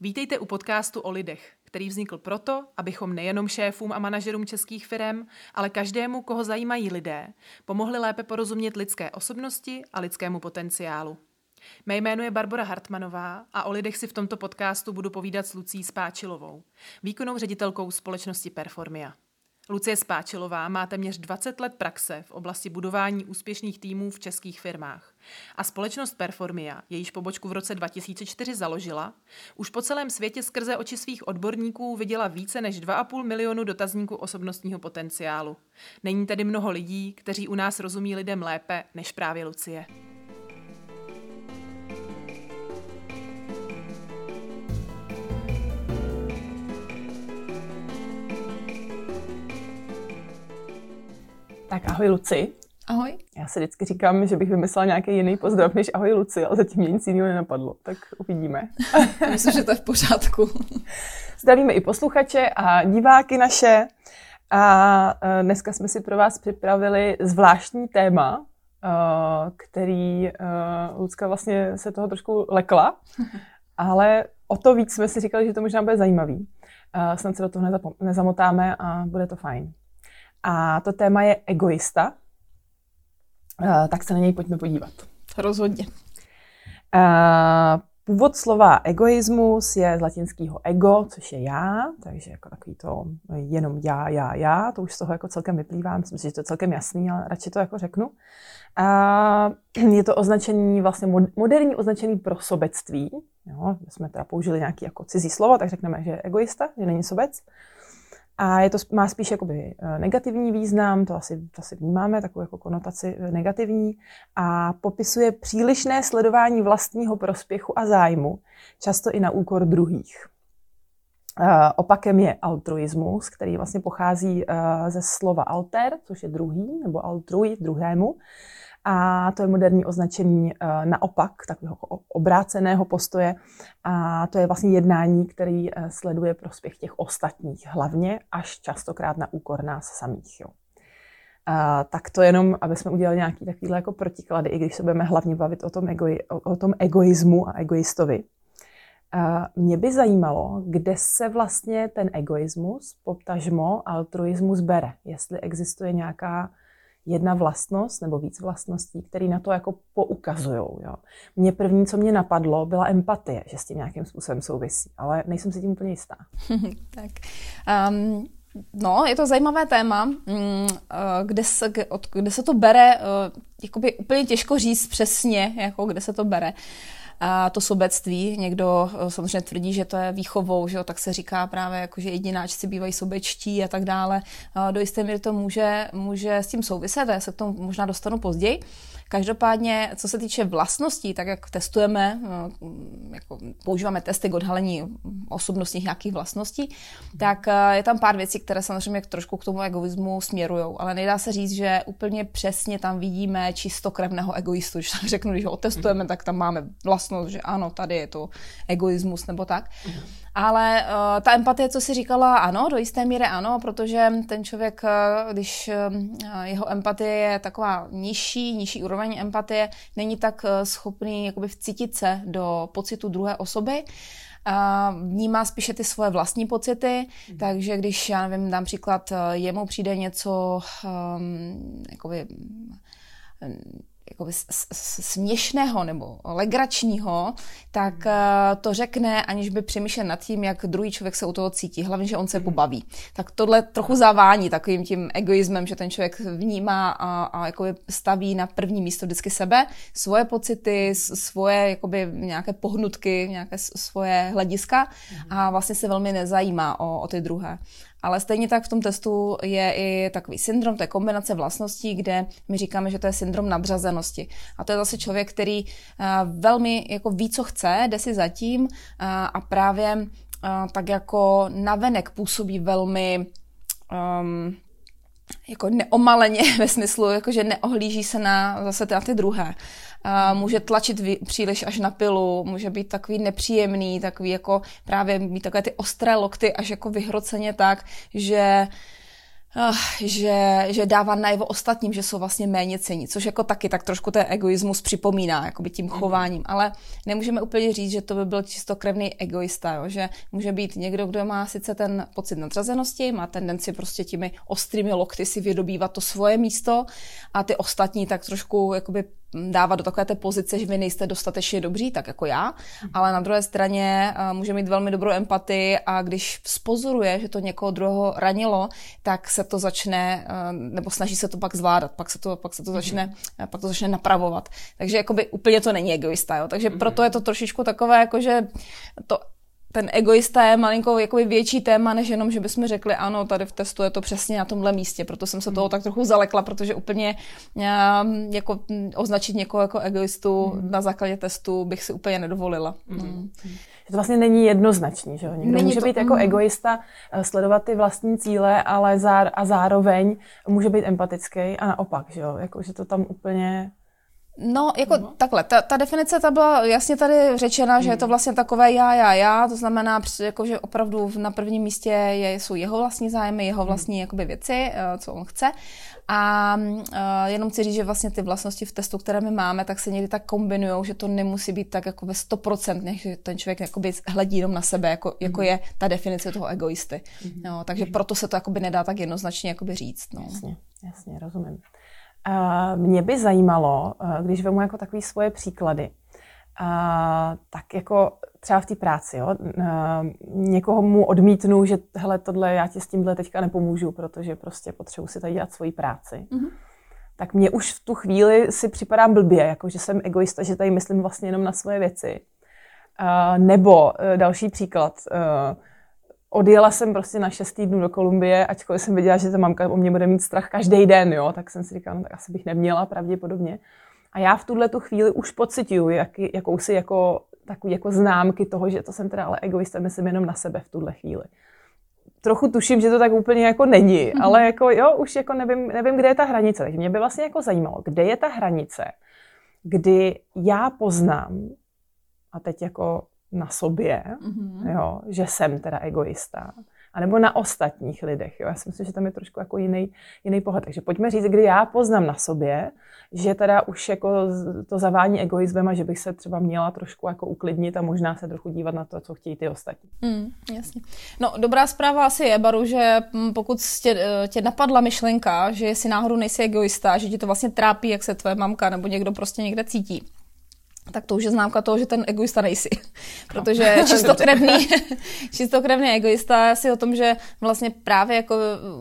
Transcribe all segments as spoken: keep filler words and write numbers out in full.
Vítejte u podcastu o lidech, který vznikl proto, abychom nejenom šéfům a manažerům českých firem, ale každému, koho zajímají lidé, pomohli lépe porozumět lidské osobnosti a lidskému potenciálu. Mé jméno je Barbora Hartmanová a o lidech si v tomto podcastu budu povídat s Lucí Spáčilovou, výkonnou ředitelkou společnosti Performia. Lucie Spáčilová má téměř dvacet let praxe v oblasti budování úspěšných týmů v českých firmách. A společnost Performia, jejíž pobočku v roce dva tisíce čtyři založila, už po celém světě skrze oči svých odborníků viděla více než dva a půl milionu dotazníků osobnostního potenciálu. Není tedy mnoho lidí, kteří u nás rozumí lidem lépe než právě Lucie. Tak ahoj Luci. Ahoj. Já si vždycky říkám, že bych vymyslela nějaký jiný pozdrav než ahoj Luci, ale zatím mě nic jiného nenapadlo, tak uvidíme. Myslím, že to je v pořádku. Zdravíme i posluchače a diváky naše a dneska jsme si pro vás připravili zvláštní téma, který Lucka vlastně se toho trošku lekla, ale o to víc jsme si říkali, že to možná bude zajímavý. Snad se do toho nezamotáme a bude to fajn. A to téma je egoista, tak se na něj pojďme podívat. Rozhodně. Původ slova egoismus je z latinského ego, což je já, takže jako takový to jenom já, já, já, to už z toho jako celkem vyplývá, myslím si, že to je celkem jasný, ale radši to jako řeknu. A je to označení, vlastně moderní označení pro sobectví. Jo, jsme teda použili nějaké jako cizí slovo, tak řekneme, že je egoista, že není sobec. A je to, má spíš jakoby negativní význam, to asi, to asi vnímáme, takovou jako konotaci negativní, a popisuje přílišné sledování vlastního prospěchu a zájmu, často i na úkor druhých. Uh, opakem je altruismus, který vlastně pochází uh, ze slova alter, což je druhý, nebo altrui, druhému. A to je moderní označení uh, naopak, takového obráceného postoje. A to je vlastně jednání, který uh, sleduje prospěch těch ostatních, hlavně až častokrát na úkor nás samých. Jo. Uh, tak to jenom, aby jsme udělali nějaký takovýhle jako protiklady, i když se budeme hlavně bavit o tom, egoi, o, o tom egoismu a egoistovi. Uh, mě by zajímalo, kde se vlastně ten egoismus, potažmo altruismus bere. Jestli existuje nějaká jedna vlastnost nebo víc vlastností, které na to jako poukazujou. Jo. Mně první, co mě napadlo, byla empatie, že s tím nějakým způsobem souvisí, ale nejsem si tím úplně jistá. Tak, um, no, je to zajímavé téma, kde se, od, kde se to bere, jakoby úplně těžko říct přesně, jako kde se to bere. A to sobectví, někdo samozřejmě tvrdí, že to je výchovou, že jo, tak se říká právě, jako, že jedináčci bývají sobečtí a tak dále. Do jisté míry to může, může s tím souviset, a já se k tomu možná dostanu později. Každopádně, co se týče vlastností, tak jak testujeme, jako používáme testy k odhalení osobnostních nějakých vlastností, tak je tam pár věcí, které samozřejmě trošku k tomu egoismu směrujou, ale nedá se říct, že úplně přesně tam vidíme čistokrevného egoistu. Když tak řeknu, když ho otestujeme, tak tam máme vlastnost, že ano, tady je to egoismus nebo tak. Ale uh, ta empatie, co si říkala, ano, do jisté míry ano, protože ten člověk, když uh, jeho empatie je taková nižší, nižší úroveň empatie, není tak uh, schopný jakoby vcítit se do pocitu druhé osoby, uh, vnímá spíše ty svoje vlastní pocity, mm. takže když, já nevím, dám příklad, jemu přijde něco um, jakoby, jakoby směšného nebo legračního, tak to řekne, aniž by přemýšlel nad tím, jak druhý člověk se u toho cítí. Hlavně, že on se pobaví. Tak tohle trochu zavání takovým tím egoismem, že ten člověk vnímá a, a jakoby staví na první místo vždycky sebe, svoje pocity, svoje jakoby nějaké pohnutky, nějaké svoje hlediska a vlastně se velmi nezajímá o, o ty druhé. Ale stejně tak v tom testu je i takový syndrom, to je kombinace vlastností, kde my říkáme, že to je syndrom nadřazenosti. A to je zase člověk, který uh, velmi jako ví, co chce, jde si zatím uh, a právě uh, tak jako navenek působí velmi um, jako neomaleně ve smyslu, jako že neohlíží se na zase na ty druhé. Uh, může tlačit vý, příliš až na pilu, může být takový nepříjemný, takový jako právě mít takové ty ostré lokty až jako vyhroceně tak, že že, že dává najevo ostatním, že jsou vlastně méně cení, což jako taky tak trošku ten egoismus připomíná, jakoby tím chováním, ale nemůžeme úplně říct, že to by byl čistokrevný egoista, jo? Že může být někdo, kdo má sice ten pocit nadřazenosti, má tendenci prostě těmi ostrými lokty si vydobývat to svoje místo a ty ostatní tak trošku jakoby dávat do takové té pozice, že vy nejste dostatečně dobří, tak jako já, ale na druhé straně může mít velmi dobrou empatii a když zpozoruje, že to někoho druhého ranilo, tak se to začne, nebo snaží se to pak zvládat, pak se to, pak se to začne, pak to začne napravovat. Takže jakoby úplně to není egoista, jo. Takže proto je to trošičku takové, jakože to ten egoista je malinko jakoby větší téma, než jenom, že bychom řekli, ano, tady v testu je to přesně na tomhle místě, proto jsem se toho tak trochu zalekla, protože úplně jako označit někoho jako egoistu mm. na základě testu bych si úplně nedovolila. Mm. Mm. To vlastně není jednoznačný, že jo? Někdo není může to, být jako mm. egoista, sledovat ty vlastní cíle, ale zá, a zároveň může být empatický a naopak, že jo? Jako, že to tam úplně... No, jako no. takhle, ta, ta definice ta byla jasně tady řečena, mm. že je to vlastně takové já, já, já, to znamená, jako, že opravdu na prvním místě je, jsou jeho vlastní zájmy, jeho vlastní mm. jakoby věci, co on chce. A uh, jenom chci říct, že vlastně ty vlastnosti v testu, které my máme, tak se někdy tak kombinujou, že to nemusí být tak jako ve sto procent, než ten člověk jakoby hledí jenom na sebe, jako, mm. jako je ta definice toho egoisty. Mm. No, takže proto se to jakoby nedá tak jednoznačně jakoby říct. No. Jasně, jasně, rozumím. Uh, mě by zajímalo, uh, když vemu jako takový svoje příklady, uh, tak jako třeba v té práci, jo, uh, někoho mu odmítnu, že hele, tohle já ti s tímhle teďka nepomůžu, protože prostě potřebuji si tady dělat svoji práci. Mm-hmm. Tak mě už v tu chvíli si připadám blbě, jako že jsem egoista, že tady myslím vlastně jenom na svoje věci. Uh, nebo uh, další příklad, uh, odjela jsem prostě na šest týdnů do Kolumbie, ačkoliv jsem věděla, že ta mamka o mě bude mít strach každý den, jo, tak jsem si říkala, no tak asi bych neměla pravděpodobně. A já v tuhle tu chvíli už pociťuju jak, jakousi jako, takový jako známky toho, že to jsem teda ale egoista, myslím jenom na sebe v tuhle chvíli. Trochu tuším, že to tak úplně jako není, mm-hmm. ale jako jo, už jako nevím, nevím, kde je ta hranice. Takže mě by vlastně jako zajímalo, kde je ta hranice, kdy já poznám, a teď jako na sobě, mm-hmm. jo, že jsem teda egoista, anebo na ostatních lidech. Jo. Já si myslím, že tam je trošku jako jiný, jiný pohled. Takže pojďme říct, kdy já poznám na sobě, že teda už jako to zavání egoismem a že bych se třeba měla trošku jako uklidnit a možná se trochu dívat na to, co chtějí ty ostatní. Mm, jasně. No, dobrá zpráva asi je, Baru, že pokud tě, tě napadla myšlenka, že jestli náhodou nejsi egoista, že ti to vlastně trápí, jak se tvoje mamka nebo někdo prostě někde cítí, tak to už je známka toho, že ten egoista nejsi. Protože čistokrevný, čistokrevný egoista je asi o tom, že vlastně právě jako,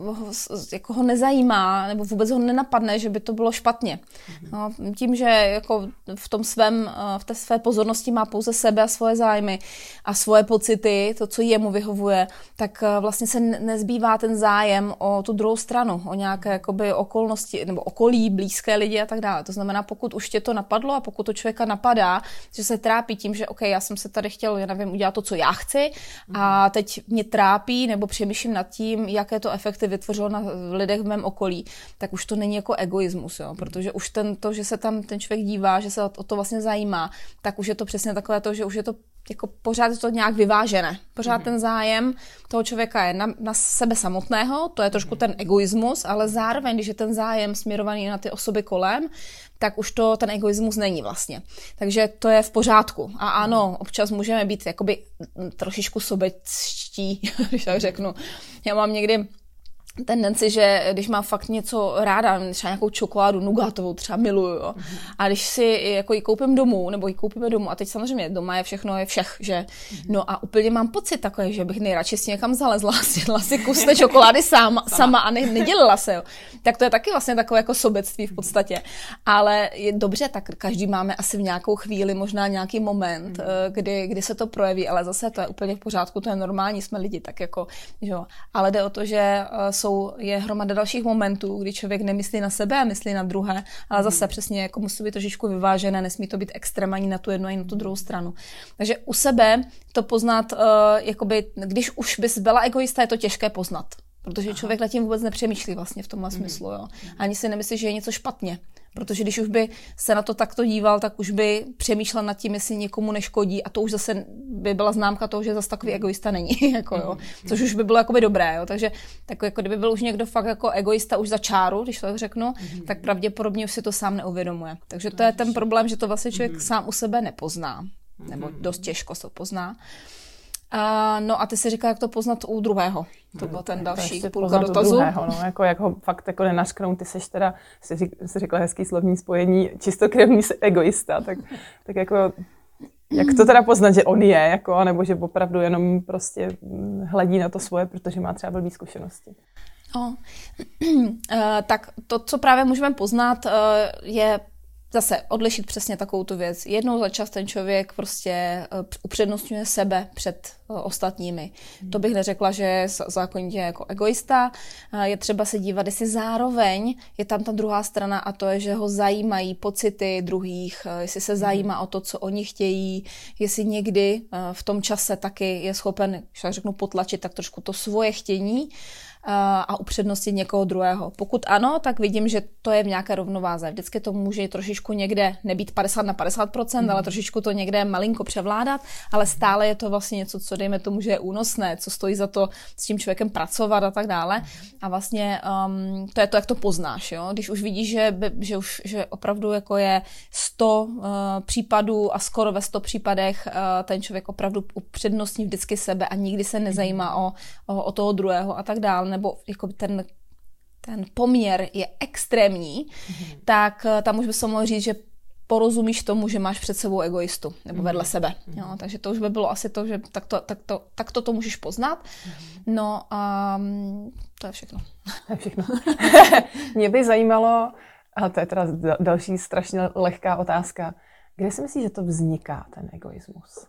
jako ho nezajímá, nebo vůbec ho nenapadne, že by to bylo špatně. No, tím, že jako v tom svém, v té své pozornosti má pouze sebe a svoje zájmy a svoje pocity, to, co jemu vyhovuje, tak vlastně se nezbývá ten zájem o tu druhou stranu, o nějaké jakoby okolnosti, nebo okolí, blízké lidi a tak dále. To znamená, pokud už tě to napadlo a pokud to člověka napadá, že se trápí tím, že OK, já jsem se tady chtěl, já nevím, udělat to, co já chci a teď mě trápí nebo přemýšlím nad tím, jaké to efekty vytvořilo na lidech v mém okolí, tak už to není jako egoismus, jo? Protože už ten, to, že se tam ten člověk dívá, že se o to vlastně zajímá, tak už je to přesně takové to, že už je to jako pořád je to nějak vyvážené. Pořád mm. ten zájem toho člověka je na, na sebe samotného, to je trošku ten egoismus, ale zároveň, když je ten zájem směrovaný na ty osoby kolem, tak už to ten egoismus není vlastně. Takže to je v pořádku. A ano, občas můžeme být jakoby trošičku sobečtí, když tak řeknu. Já mám někdy tendenci, že když mám fakt něco ráda, třeba nějakou čokoládu nugátovou třeba miluju, jo. Mm. A když si jako ji koupím domů, nebo ji koupíme domů, a teď samozřejmě doma je všechno, je všech, že? Mm. No a úplně mám pocit takový, že bych nejradši si někam zalezla, snědla si kus té čokolády sama, sama a ne, nedělila se, jo. Tak to je taky vlastně takové jako sobectví v podstatě. Ale je dobře, tak každý máme asi v nějakou chvíli, možná nějaký moment, mm. kdy, kdy se to projeví, ale zase to je úplně v pořádku, to je normální, jsme lidi, tak jako, že jo. Ale jde o to, že jsou, je hromada dalších momentů, kdy člověk nemyslí na sebe a myslí na druhé, ale zase přesně jako musí být trošičku vyvážené, nesmí to být extrém ani na tu jednu, ani na tu druhou stranu. Takže u sebe to poznat, uh, jakoby, když už bys byla egoista, je to těžké poznat. Protože člověk nad tím vůbec nepřemýšlí vlastně v tomhle mm. smyslu. Jo. Ani si nemyslí, že je něco špatně. Protože když už by se na to takto díval, tak už by přemýšlel nad tím, jestli někomu neškodí a to už zase by byla známka toho, že zase takový egoista není, jako, jo. Což už by bylo jakoby dobré. Jo. Takže tak, jako kdyby byl už někdo fakt jako egoista už za čáru, když to tak řeknu, tak pravděpodobně už si to sám neuvědomuje. Takže to je ten problém, že to vlastně člověk sám u sebe nepozná. Nebo dost těžko se to pozná. Uh, no a ty si říká, jak to poznat u druhého. To byl ten další půlka dotazu. Druhého, no, jako, jak ho fakt jako nenařknout, ty seš teda, jsi, řík, jsi řekla hezký slovní spojení, čistokrevný egoista, tak, tak jako, jak to teda poznat, že on je, jako, nebo že opravdu jenom prostě hledí na to svoje, protože má třeba blbý zkušenosti. Oh. uh, tak to, co právě můžeme poznat, uh, je zase odlišit přesně takovou tu věc. Jednou za čas ten člověk prostě uh, upřednostňuje sebe před uh, ostatními. Hmm. To bych neřekla, že je zákonitě jako egoista. Uh, je třeba se dívat, jestli zároveň je tam ta druhá strana a to je, že ho zajímají pocity druhých, uh, jestli se zajímá hmm. o to, co oni chtějí, jestli někdy uh, v tom čase taky je schopen, když tak řeknu, potlačit tak trošku to svoje chtění a upřednostit někoho druhého. Pokud ano, tak vidím, že to je v nějaké rovnováze. Vždycky to může trošičku někde nebýt padesát na padesát procent, mm. ale trošičku to někde malinko převládat, ale stále je to vlastně něco, co dejme tomu, že je únosné, co stojí za to s tím člověkem pracovat a tak dále. A vlastně um, to je to, jak to poznáš. Jo? Když už vidíš, že, že, už, že opravdu jako je sto uh, případů a skoro ve sto případech uh, ten člověk opravdu upřednostní vždycky sebe a nikdy se nezajímá o, o, o toho druhého a tak dále, nebo jako ten, ten poměr je extrémní, mm-hmm. tak tam už by se mohlo říct, že porozumíš tomu, že máš před sebou egoistu, nebo mm-hmm. vedle sebe. Jo, takže to už by bylo asi to, že takto, takto, takto to můžeš poznat. Mm-hmm. No a to je všechno. To je všechno. Mě by zajímalo, a to je teda další strašně lehká otázka, kde si myslíš, že to vzniká, ten egoismus?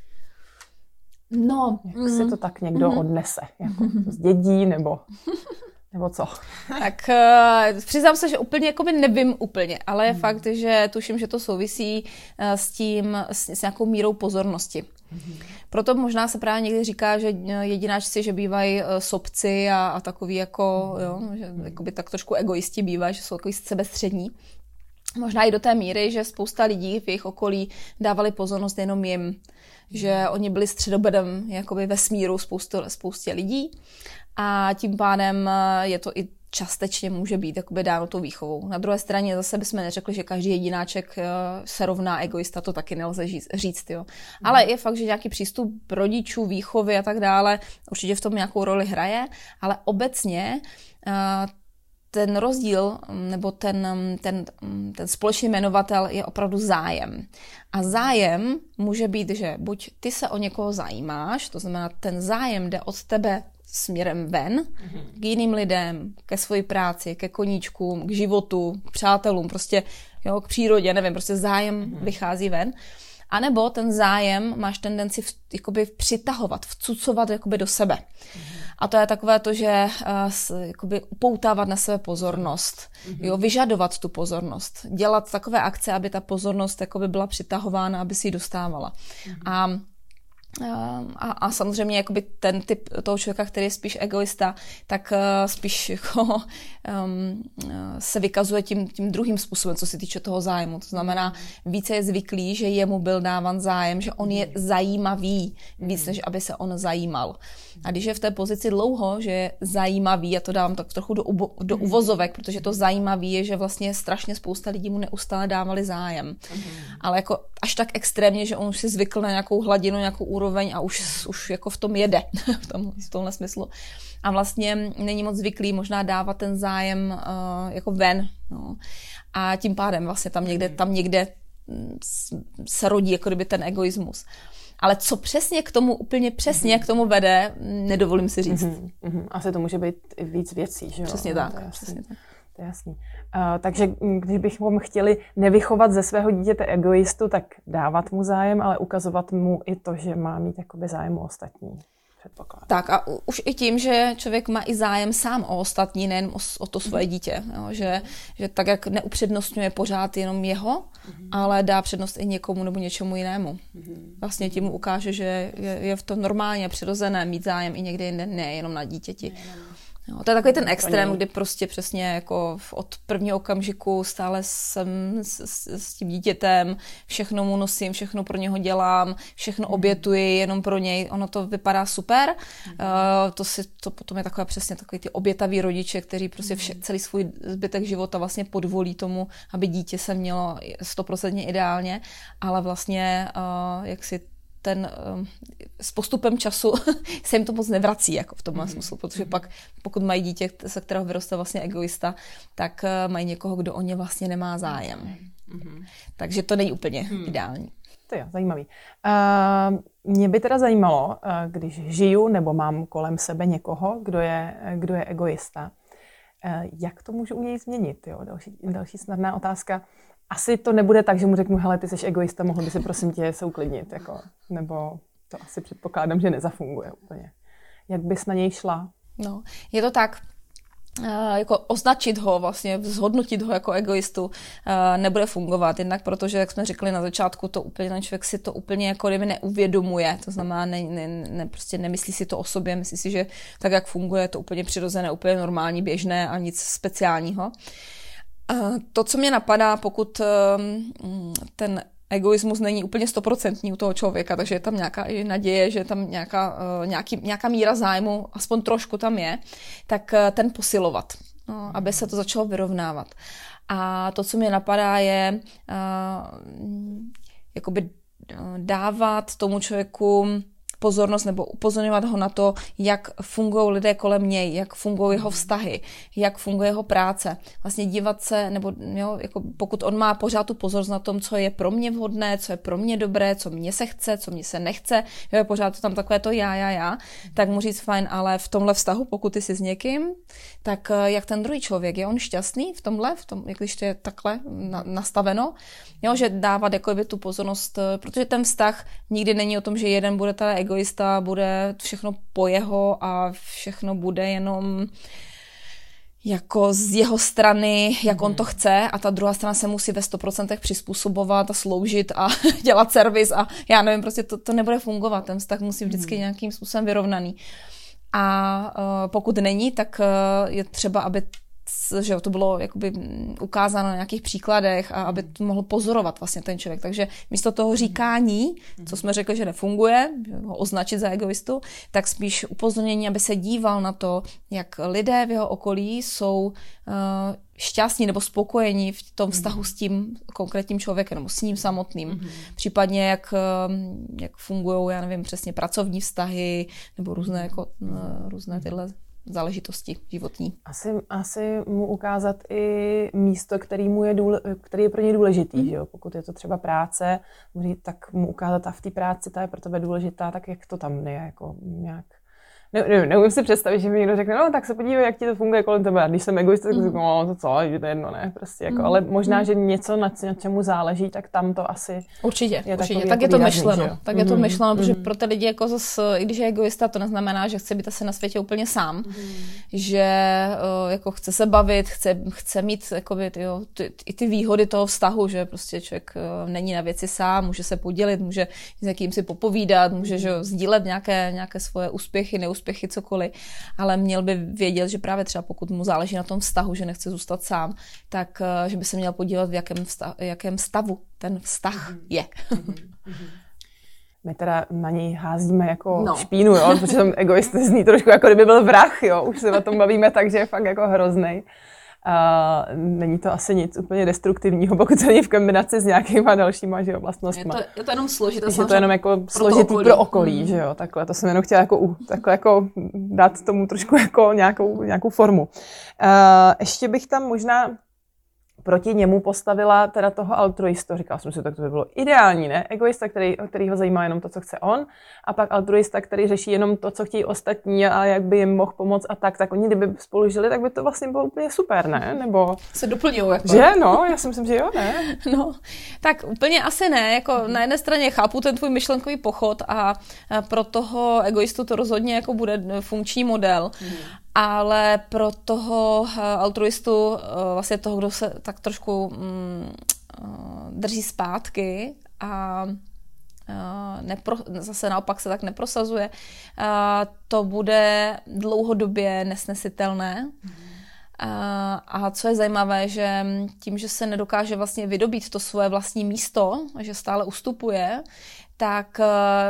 No, jak mm, si to tak někdo mm, odnese? Jako z dědí nebo, nebo co? Tak uh, přiznám se, že úplně jakoby nevím úplně, ale je mm. fakt, že tuším, že to souvisí uh, s tím, s, s nějakou mírou pozornosti. Mm. Proto možná se právě někdy říká, že jedináčci, že bývají uh, sobci a, a takový jako, mm. jo, že jakoby tak trošku egoisti bývají, že jsou takový sebestřední. Možná i do té míry, že spousta lidí v jejich okolí dávali pozornost jenom jim. Že oni byli středobodem jakoby vesmíru spoustu, spoustě lidí a tím pádem je to i částečně může být jakoby dáno tou výchovou. Na druhé straně zase bychom neřekli, že každý jedináček se rovná egoista, to taky nelze říct. Jo. Ale je fakt, že nějaký přístup rodičů, výchovy a tak dále určitě v tom nějakou roli hraje, ale obecně ten rozdíl nebo ten, ten, ten společný jmenovatel je opravdu zájem. A zájem může být, že buď ty se o někoho zajímáš, to znamená, ten zájem jde od tebe směrem ven, mm-hmm. k jiným lidem, ke své práci, ke koníčkům, k životu, k přátelům, prostě jo, k přírodě, nevím, prostě zájem mm-hmm. vychází ven. A nebo ten zájem máš tendenci v, jakoby přitahovat, vcucovat jakoby do sebe. Mm-hmm. A to je takové to, že uh, jakoby upoutávat na sebe pozornost, mm-hmm. jo, vyžadovat tu pozornost, dělat takové akce, aby ta pozornost jakoby byla přitahována, aby si ji dostávala. Mm-hmm. A A, a samozřejmě jakoby ten typ toho člověka, který je spíš egoista, tak uh, spíš jako, um, se vykazuje tím, tím druhým způsobem, co se týče toho zájmu. To znamená, více je zvyklý, že jemu byl dáván zájem, že on je zajímavý víc, než aby se on zajímal. A když je v té pozici dlouho, že je zajímavý, já to dávám tak trochu do, ubo, do uvozovek, protože to zajímavý je, že vlastně strašně spousta lidí mu neustále dávali zájem. Ale jako až tak extrémně, že on už si zvykl na nějakou hladinu, nějakou úroveň a už, už jako v tom jede, v, tom, v tomhle smyslu. A vlastně není moc zvyklý možná dávat ten zájem uh, jako ven. No. A tím pádem vlastně tam někde, tam někde se rodí jako kdyby ten egoismus. Ale co přesně k tomu, úplně přesně k tomu vede, nedovolím si říct. Mm-hmm, mm-hmm. Asi to může být i víc věcí, že jo? Přesně tak. To je přesně tak. To je jasný. Uh, takže když bychom chtěli nevychovat ze svého dítěte egoistu, tak dávat mu zájem, ale ukazovat mu i to, že má mít jakoby zájem o ostatní. Tak a už i tím, že člověk má i zájem sám o ostatní, nejen o, o to svoje dítě. Jo? Že, že tak, jak neupřednostňuje pořád jenom jeho, mm-hmm. ale dá přednost i někomu nebo něčemu jinému. Mm-hmm. Vlastně tím mu ukáže, že je, je v tom normálně přirozené mít zájem i někde jinde, ne jenom na dítěti. Mm-hmm. Jo, to je takový ten extrém, kdy prostě přesně jako od prvního okamžiku stále jsem s, s, s tím dítětem, všechno mu nosím, všechno pro něho dělám, všechno obětuji jenom pro něj. Ono to vypadá super. Mm. Uh, to, si, to potom je takové přesně takový ty obětaví rodiče, kteří prostě vše, celý svůj zbytek života vlastně podvolí tomu, aby dítě se mělo stoprocentně ideálně, ale vlastně uh, jak si ten um, s postupem času se jim to moc nevrací jako v tomhle mm. smyslu, protože pak pokud mají dítě, se kterého vyroste vlastně egoista, tak uh, mají někoho, kdo o ně vlastně nemá zájem. Mm. Takže to není úplně mm. ideální. To je zajímavý. Uh, mě by teda zajímalo, uh, když žiju nebo mám kolem sebe někoho, kdo je, kdo je egoista, uh, jak to můžu u něj změnit? Jo? Další, další snadná otázka. Asi to nebude tak, že mu řeknu, hele, ty jsi egoista, mohl by si prosím tě se uklidnit, jako, nebo to asi předpokládám, že nezafunguje úplně. Jak bys na něj šla? No, je to tak, Uh, jako označit ho, vlastně zhodnotit ho jako egoistu uh, nebude fungovat. Jednak protože, jak jsme řekli na začátku, to úplně ten člověk si to úplně jako kdyby neuvědomuje. To znamená, ne, ne, ne, prostě nemyslí si to o sobě, myslí si, že tak, jak funguje, je to úplně přirozené, úplně normální, běžné a nic speciálního. Uh, to, co mě napadá, pokud uh, ten egoismus není úplně stoprocentní u toho člověka, takže je tam nějaká i naděje, že je tam nějaká, uh, nějaký, nějaká míra zájmu, aspoň trošku tam je, tak uh, ten posilovat, no, aby se to začalo vyrovnávat. A to, co mě napadá, je uh, jakoby uh, dávat tomu člověku pozornost nebo upozorňovat ho na to, jak fungují lidé kolem něj, jak fungují jeho vztahy, jak funguje jeho práce. Vlastně dívat se, nebo jo, jako pokud on má pořád tu pozornost na tom, co je pro mě vhodné, co je pro mě dobré, co mně se chce, co mně se nechce, jo, je pořád to tam takové to já, já, já, tak mu říct fajn, ale v tomhle vztahu, pokud ty jsi s někým, tak jak ten druhý člověk, je on šťastný v tomhle, v tom, jak když to je takhle na, nastaveno, jo, že dávat jako by tu pozornost, protože ten vztah nikdy není o tom, že jeden bude teda egoista, bude všechno po jeho a všechno bude jenom jako z jeho strany, jak on to chce a ta druhá strana se musí ve sto procent přizpůsobovat a sloužit a dělat servis a já nevím, prostě to, to nebude fungovat, ten vztah musí vždycky nějakým způsobem vyrovnaný. A uh, pokud není, tak uh, je třeba, aby že to bylo jakoby ukázáno na nějakých příkladech a aby to mohl pozorovat vlastně ten člověk. Takže místo toho říkání, co jsme řekli, že nefunguje, ho označit za egoistu, tak spíš upozornění, aby se díval na to, jak lidé v jeho okolí jsou uh, šťastní nebo spokojení v tom vztahu s tím konkrétním člověkem nebo s ním samotným. Mm-hmm. Případně jak, jak fungují, já nevím, přesně pracovní vztahy nebo různé, jako, různé tyhle záležitosti životní. Asi, asi mu ukázat i místo, který, mu je, důle, který je pro něj důležitý. Mm. Že jo? Pokud je to třeba práce, tak mu ukázat, a v té práci ta je pro tebe důležitá, tak jak to tam je, jako nějak. Ne, ne, neumím si představit, že mi někdo řekne, no tak se podívej, jak ti to funguje kolem tebe. A když jsem egoista, tak mm. řeknu, no to co, že to je jedno, ne, prostě jako, mm. ale možná, že něco, na, na čemu záleží, tak tam to asi určitě, je určitě. Takový, tak jako je to výrazný, myšleno, tak je to mm. myšleno, mm. protože pro ty lidi, jako zase, i když je egoista, to neznamená, že chce být asi na světě úplně sám, mm. že jako chce se bavit, chce, chce mít jakoby, jo, ty, i ty výhody toho vztahu, že prostě člověk není na věci sám, může se podělit, může s někým si popovídat, může že, sdílet nějaké, nějaké svoje úspěchy, neúspěchy, cokoliv. Ale měl by vědět, že právě třeba pokud mu záleží na tom vztahu, že nechce zůstat sám, tak že by se měl podívat, v jakém, vztahu, jakém stavu ten vztah je. My teda na něj házíme jako no. špínu, jo, protože ten egoista zní trošku jako kdyby byl vrah, jo, už se o tom bavíme tak, že je fakt jako hroznej. Uh, není to asi nic úplně destruktivního, pokud to není v kombinaci s nějakýma dalšíma, že jo, vlastnostma. Je to, je to jenom složité. Je to jenom jako pro složitý okolí. pro okolí, mm. že jo, takhle. To jsem jenom chtěla jako, takhle jako dát tomu trošku jako nějakou, nějakou formu. Uh, ještě bych tam možná proti němu postavila teda toho altruistu. Říkala jsem si, tak to by bylo ideální, ne? Egoista, který, který ho zajímá jenom to, co chce on, a pak altruista, který řeší jenom to, co chtějí ostatní a jak by jim mohl pomoct a tak. Tak oni, kdyby spolu žili, tak by to vlastně bylo úplně super, ne? Nebo se doplňují. Jako. Že? No, já si myslím, že jo, ne? No, tak úplně asi ne. Jako na jedné straně chápu ten tvůj myšlenkový pochod a pro toho egoistu to rozhodně jako bude funkční model. Hmm. Ale pro toho altruistu, vlastně toho, kdo se tak trošku mm, drží zpátky a nepro, zase naopak se tak neprosazuje, to bude dlouhodobě nesnesitelné. A, a co je zajímavé, že tím, že se nedokáže vlastně vydobít to svoje vlastní místo, že stále ustupuje, tak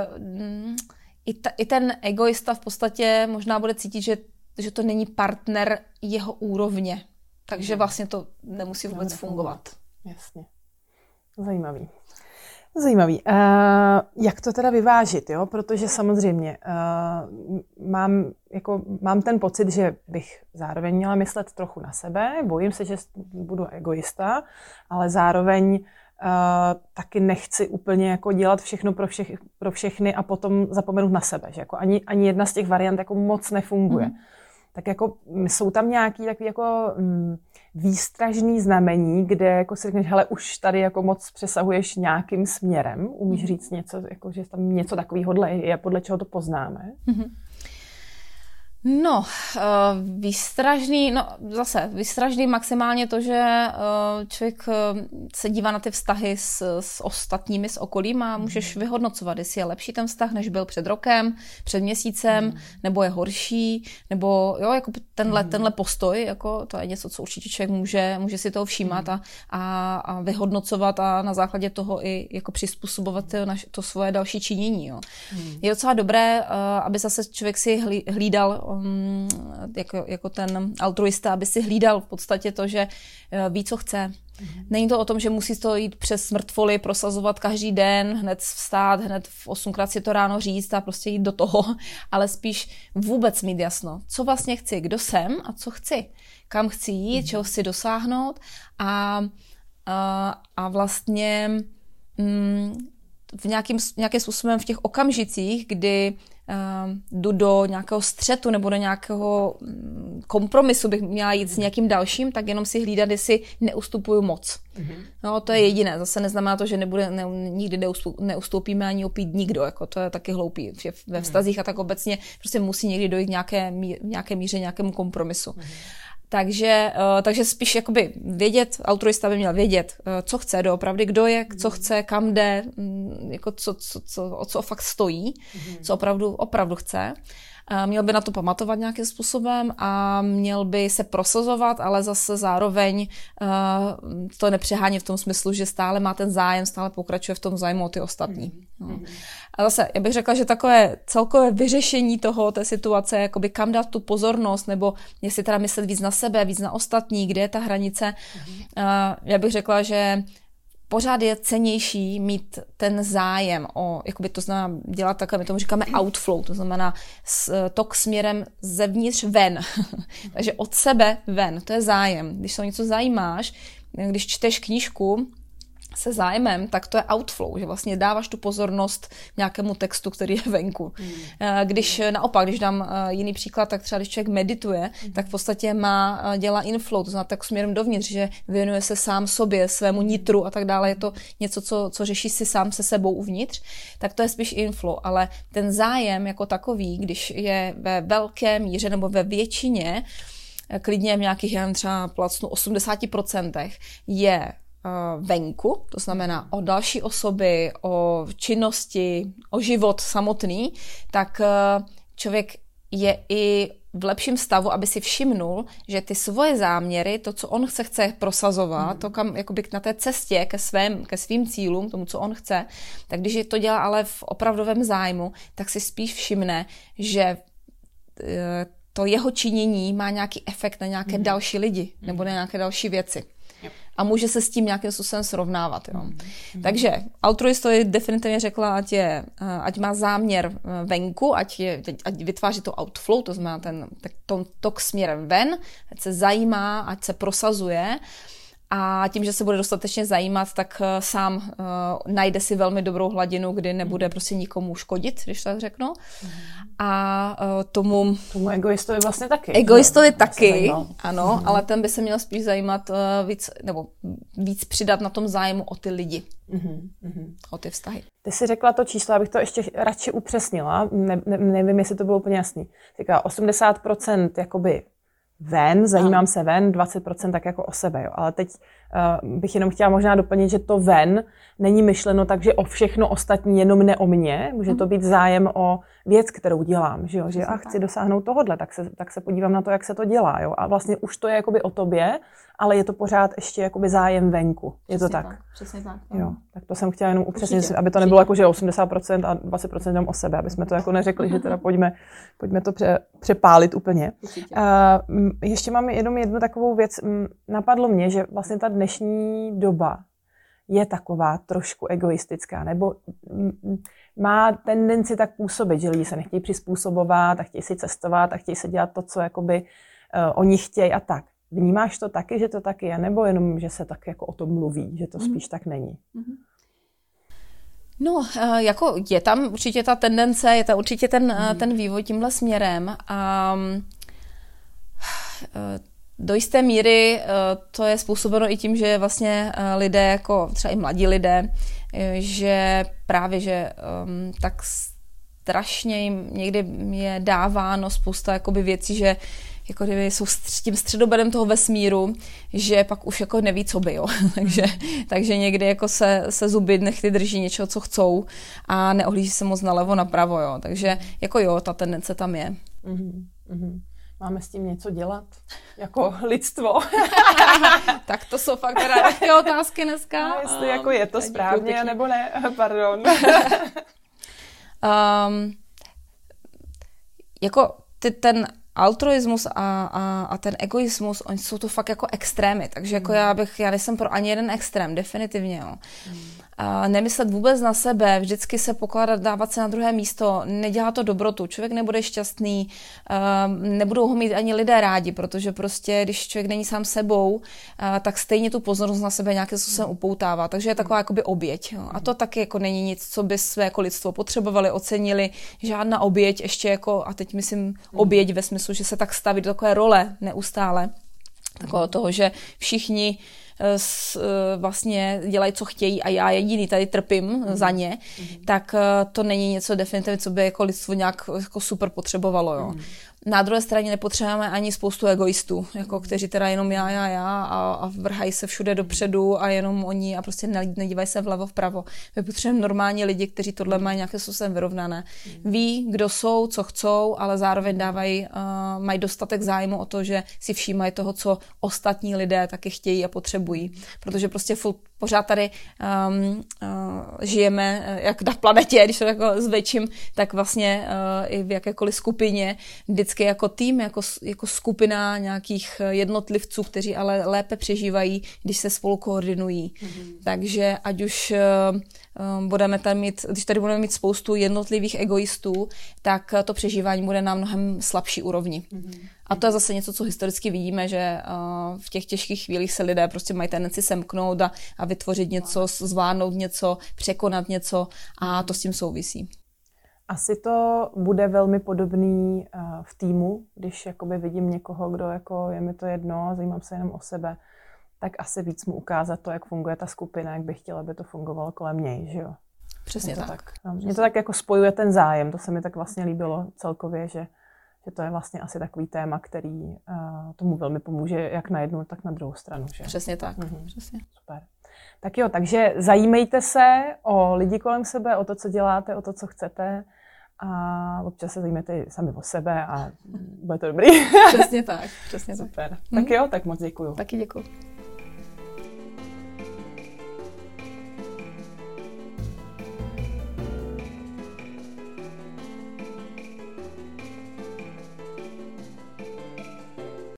i, ta, i ten egoista v podstatě možná bude cítit, že, že to není partner jeho úrovně. Takže vlastně to nemusí vůbec fungovat. Jasně. Zajímavý. Zajímavý. Uh, jak to teda vyvážit, jo? Protože samozřejmě uh, mám, jako, mám ten pocit, že bych zároveň měla myslet trochu na sebe, bojím se, že budu egoista, ale zároveň uh, taky nechci úplně jako dělat všechno pro, všech, pro všechny a potom zapomenout na sebe. Že jako ani, ani jedna z těch variant jako moc nefunguje. Mm. Tak jako jsou tam nějaký takový jako mm, výstražný znamení, kde jako si řekneš, hele, už tady jako moc přesahuješ nějakým směrem. Umíš říct něco, jako, že tam něco takového je, podle čeho to poznáme? Mm-hmm. No, výstražný, no zase, výstražný maximálně to, že člověk se dívá na ty vztahy s, s ostatními, s okolím a můžeš vyhodnocovat, jestli je lepší ten vztah, než byl před rokem, před měsícem, mm. nebo je horší, nebo jo, jako tenhle, mm. tenhle postoj, jako to je něco, co určitě člověk může, může si toho všímat mm. a, a, a vyhodnocovat a na základě toho i jako přizpůsobovat to, to svoje další činění. Jo. Mm. Je docela dobré, aby zase člověk si hlídal Jako, jako ten altruista, aby si hlídal v podstatě to, že ví, co chce. Mm-hmm. Není to o tom, že musí to jít přes mrtvoly, prosazovat každý den, hned vstát, hned v osmkrát si to ráno říct a prostě jít do toho, ale spíš vůbec mít jasno, co vlastně chci, kdo jsem a co chci, kam chci jít, mm-hmm. čeho chci dosáhnout a, a, a vlastně mm, v nějakým, nějakým způsobem v těch okamžicích, kdy Uh, jdu do nějakého střetu nebo do nějakého um, kompromisu, bych měla jít s nějakým dalším, tak jenom si hlídat, jestli neustupuju moc. Mm-hmm. No, to je jediné. Zase neznamená to, že nebude, ne, nikdy neustoupíme ani opít nikdo. Jako to je taky hloupý. Ve vztazích a tak obecně prostě musí někdy dojít nějaké, nějaké míře, nějakému kompromisu. Mm-hmm. Takže, uh, takže spíš jakoby vědět, altruista by měl vědět, uh, co chce doopravdy, kdo je, co chce, kam jde, um, jako co, co, co, o co fakt stojí, mm-hmm. co opravdu, opravdu chce. Uh, měl by na to pamatovat nějakým způsobem a měl by se prosazovat, ale zase zároveň uh, to nepřehání v tom smyslu, že stále má ten zájem, stále pokračuje v tom zájmu o ty ostatní. Mm-hmm. No. A zase, já bych řekla, že takové celkové vyřešení toho, té situace, jakoby kam dát tu pozornost, nebo jestli teda myslet víc na sebe, víc na ostatní, kde je ta hranice. Mm-hmm. Uh, já bych řekla, že pořád je cennější mít ten zájem o, jakoby to znamená dělat takhle, my tomu říkáme outflow, to znamená tok směrem zevnitř ven. Takže od sebe ven, to je zájem. Když se o něco zajímáš, když čteš knížku se zájmem, tak to je outflow, že vlastně dáváš tu pozornost nějakému textu, který je venku. Mm. Když naopak, když dám jiný příklad, tak třeba když člověk medituje, mm. tak v podstatě má, dělá inflow, to znamená tak směrem dovnitř, že věnuje se sám sobě, svému nitru a tak dále. Je to něco, co, co řeší si sám se sebou uvnitř, tak to je spíš inflow, ale ten zájem jako takový, když je ve velké míře nebo ve většině, klidně v nějakých, já nevím, třeba placnu osmdesát procent je venku, to znamená o další osoby, o činnosti, o život samotný, tak člověk je i v lepším stavu, aby si všimnul, že ty svoje záměry, to, co on se chce prosazovat, mm. to kam jakoby na té cestě ke svým, ke svým cílům, tomu, co on chce, tak když to dělá ale v opravdovém zájmu, tak si spíš všimne, že to jeho činění má nějaký efekt na nějaké mm. další lidi nebo na nějaké další věci. A může se s tím nějakým způsobem srovnávat. Jo. Mm-hmm. Takže altruistovi definitivně řekla, ať, je, ať má záměr venku, ať, je, ať vytváří to outflow, to znamená ten to, tok směrem ven, ať se zajímá, ať se prosazuje. A tím, že se bude dostatečně zajímat, tak sám uh, najde si velmi dobrou hladinu, kdy nebude prostě nikomu škodit, když tak řeknu. Mm. A uh, tomu... Tomu egoistovi vlastně taky. Egoistovi no, taky, ano, mm. ale ten by se měl spíš zajímat uh, víc, nebo víc přidat na tom zájmu o ty lidi. Mm. O ty vztahy. Ty jsi řekla to číslo, abych to ještě radši upřesnila. Ne, ne, nevím, jestli to bylo úplně jasný. Říká osmdesát procent jakoby ven, zajímám se ven, dvacet procent tak jako o sebe, jo. Ale teď uh, bych jenom chtěla možná doplnit, že to ven není myšleno tak, že o všechno ostatní, jenom ne o mně. Může to být zájem o věc, kterou dělám, že jo, že a chci dosáhnout tohodle, tak se, tak se podívám na to, jak se to dělá, jo. A vlastně už to je jakoby o tobě, ale je to pořád ještě jakoby zájem venku. Je přesně to tak? tak? Přesně tak. Jo, tak to jsem chtěla jenom upřesnit, Určitě, aby to nebylo jako, že osmdesát procent a dvacet procent jenom o sebe, aby jsme to jako neřekli, že teda pojďme, pojďme to pře, přepálit úplně. Uh, ještě mám jenom jednu takovou věc. Napadlo mě, že vlastně ta dnešní doba je taková trošku egoistická, nebo má tendenci tak působit, že lidi se nechtějí přizpůsobovat a chtějí si cestovat a chtějí se dělat to, co jakoby uh, oni chtějí a tak. Vnímáš to taky, že to taky je, nebo jenom, že se tak jako o tom mluví, že to spíš mm. tak není? No, jako je tam určitě ta tendence, je tam určitě ten, mm. ten vývoj tímhle směrem a do jisté míry to je způsobeno i tím, že vlastně lidé, jako třeba i mladí lidé, že právě, že um, tak strašně jim někdy je dáváno spousta jakoby věcí, že jako kdyby jsou s tím středobodem toho vesmíru, že pak už jako neví, co by, jo. takže, takže někdy jako se, se zuby nechty drží něčeho, co chcou a neohlíží se moc nalevo, napravo, jo. Takže jako jo, ta tendence tam je. Mm-hmm, mm-hmm. Máme s tím něco dělat? Jako lidstvo? Tak to jsou fakt teda také otázky dneska. No, jestli jako je to správně, nebo ne, pardon. um, jako ty, ten altruismus a, a, a ten egoismus, oni jsou to fakt jako extrémy, takže jako mm. já bych, já nejsem pro ani jeden extrém, definitivně, jo. Mm. A nemyslet vůbec na sebe, vždycky se pokládat, dávat se na druhé místo, nedělá to dobrotu, člověk nebude šťastný, nebudou ho mít ani lidé rádi, protože prostě, když člověk není sám sebou, tak stejně tu pozornost na sebe nějakým způsobem upoutává, takže je taková jakoby oběť, jo. A to taky jako není nic, co by své jako lidstvo potřebovali, ocenili, žádná oběť, ještě jako, a teď myslím oběť ve smyslu, že se tak staví do takové role neustále, takového toho, že všichni s, vlastně dělají, co chtějí a já jediný tady trpím mm. za ně, mm. tak to není něco definitivně, co by jako lidstvo nějak jako super potřebovalo. Jo. Mm. Na druhé straně nepotřebujeme ani spoustu egoistů, jako kteří teda jenom já, já, já a, a vrhají se všude dopředu a jenom oni a prostě nedívají se vlevo, vpravo. My potřebujeme normální lidi, kteří tohle mají nějakým způsobem vyrovnané. Ví, kdo jsou, co chcou, ale zároveň dávají, uh, mají dostatek zájmu o to, že si všímají toho, co ostatní lidé taky chtějí a potřebují. Protože prostě pořád tady um, uh, žijeme jak na planetě, když to jako zvětším, tak vlastně uh, i v jakékoliv skupině, vždycky jako tým, jako, jako skupina nějakých jednotlivců, kteří ale lépe přežívají, když se spolu koordinují. Mm-hmm. Takže ať už uh, budeme tady mít, když tady budeme mít spoustu jednotlivých egoistů, tak to přežívání bude na mnohem slabší úrovni. Mm-hmm. A to je zase něco, co historicky vidíme, že uh, v těch těžkých chvílích se lidé prostě mají tendenci semknout a, a vytvořit něco, zvládnout něco, překonat něco a to s tím souvisí. Asi to bude velmi podobný uh, v týmu, když jakoby vidím někoho, kdo jako je mi to jedno, zajímám se jenom o sebe, tak asi víc mu ukázat to, jak funguje ta skupina, jak bych chtěla, aby to fungovalo kolem něj, že jo? Přesně to tak. tak. No, mě to tak jako spojuje ten zájem, to se mi tak vlastně líbilo celkově, že, že to je vlastně asi takový téma, který uh, tomu velmi pomůže jak na jednu, tak na druhou stranu, že? Přesně tak. Mhm. Přesně. Super. Tak jo, takže zajímejte se o lidi kolem sebe, o to, co děláte, o to, co chcete a občas se zajímejte sami o sebe a bude to dobrý. Přesně tak. Přesně Super. tak. Tak jo, tak moc děkuju. Taky děkuju.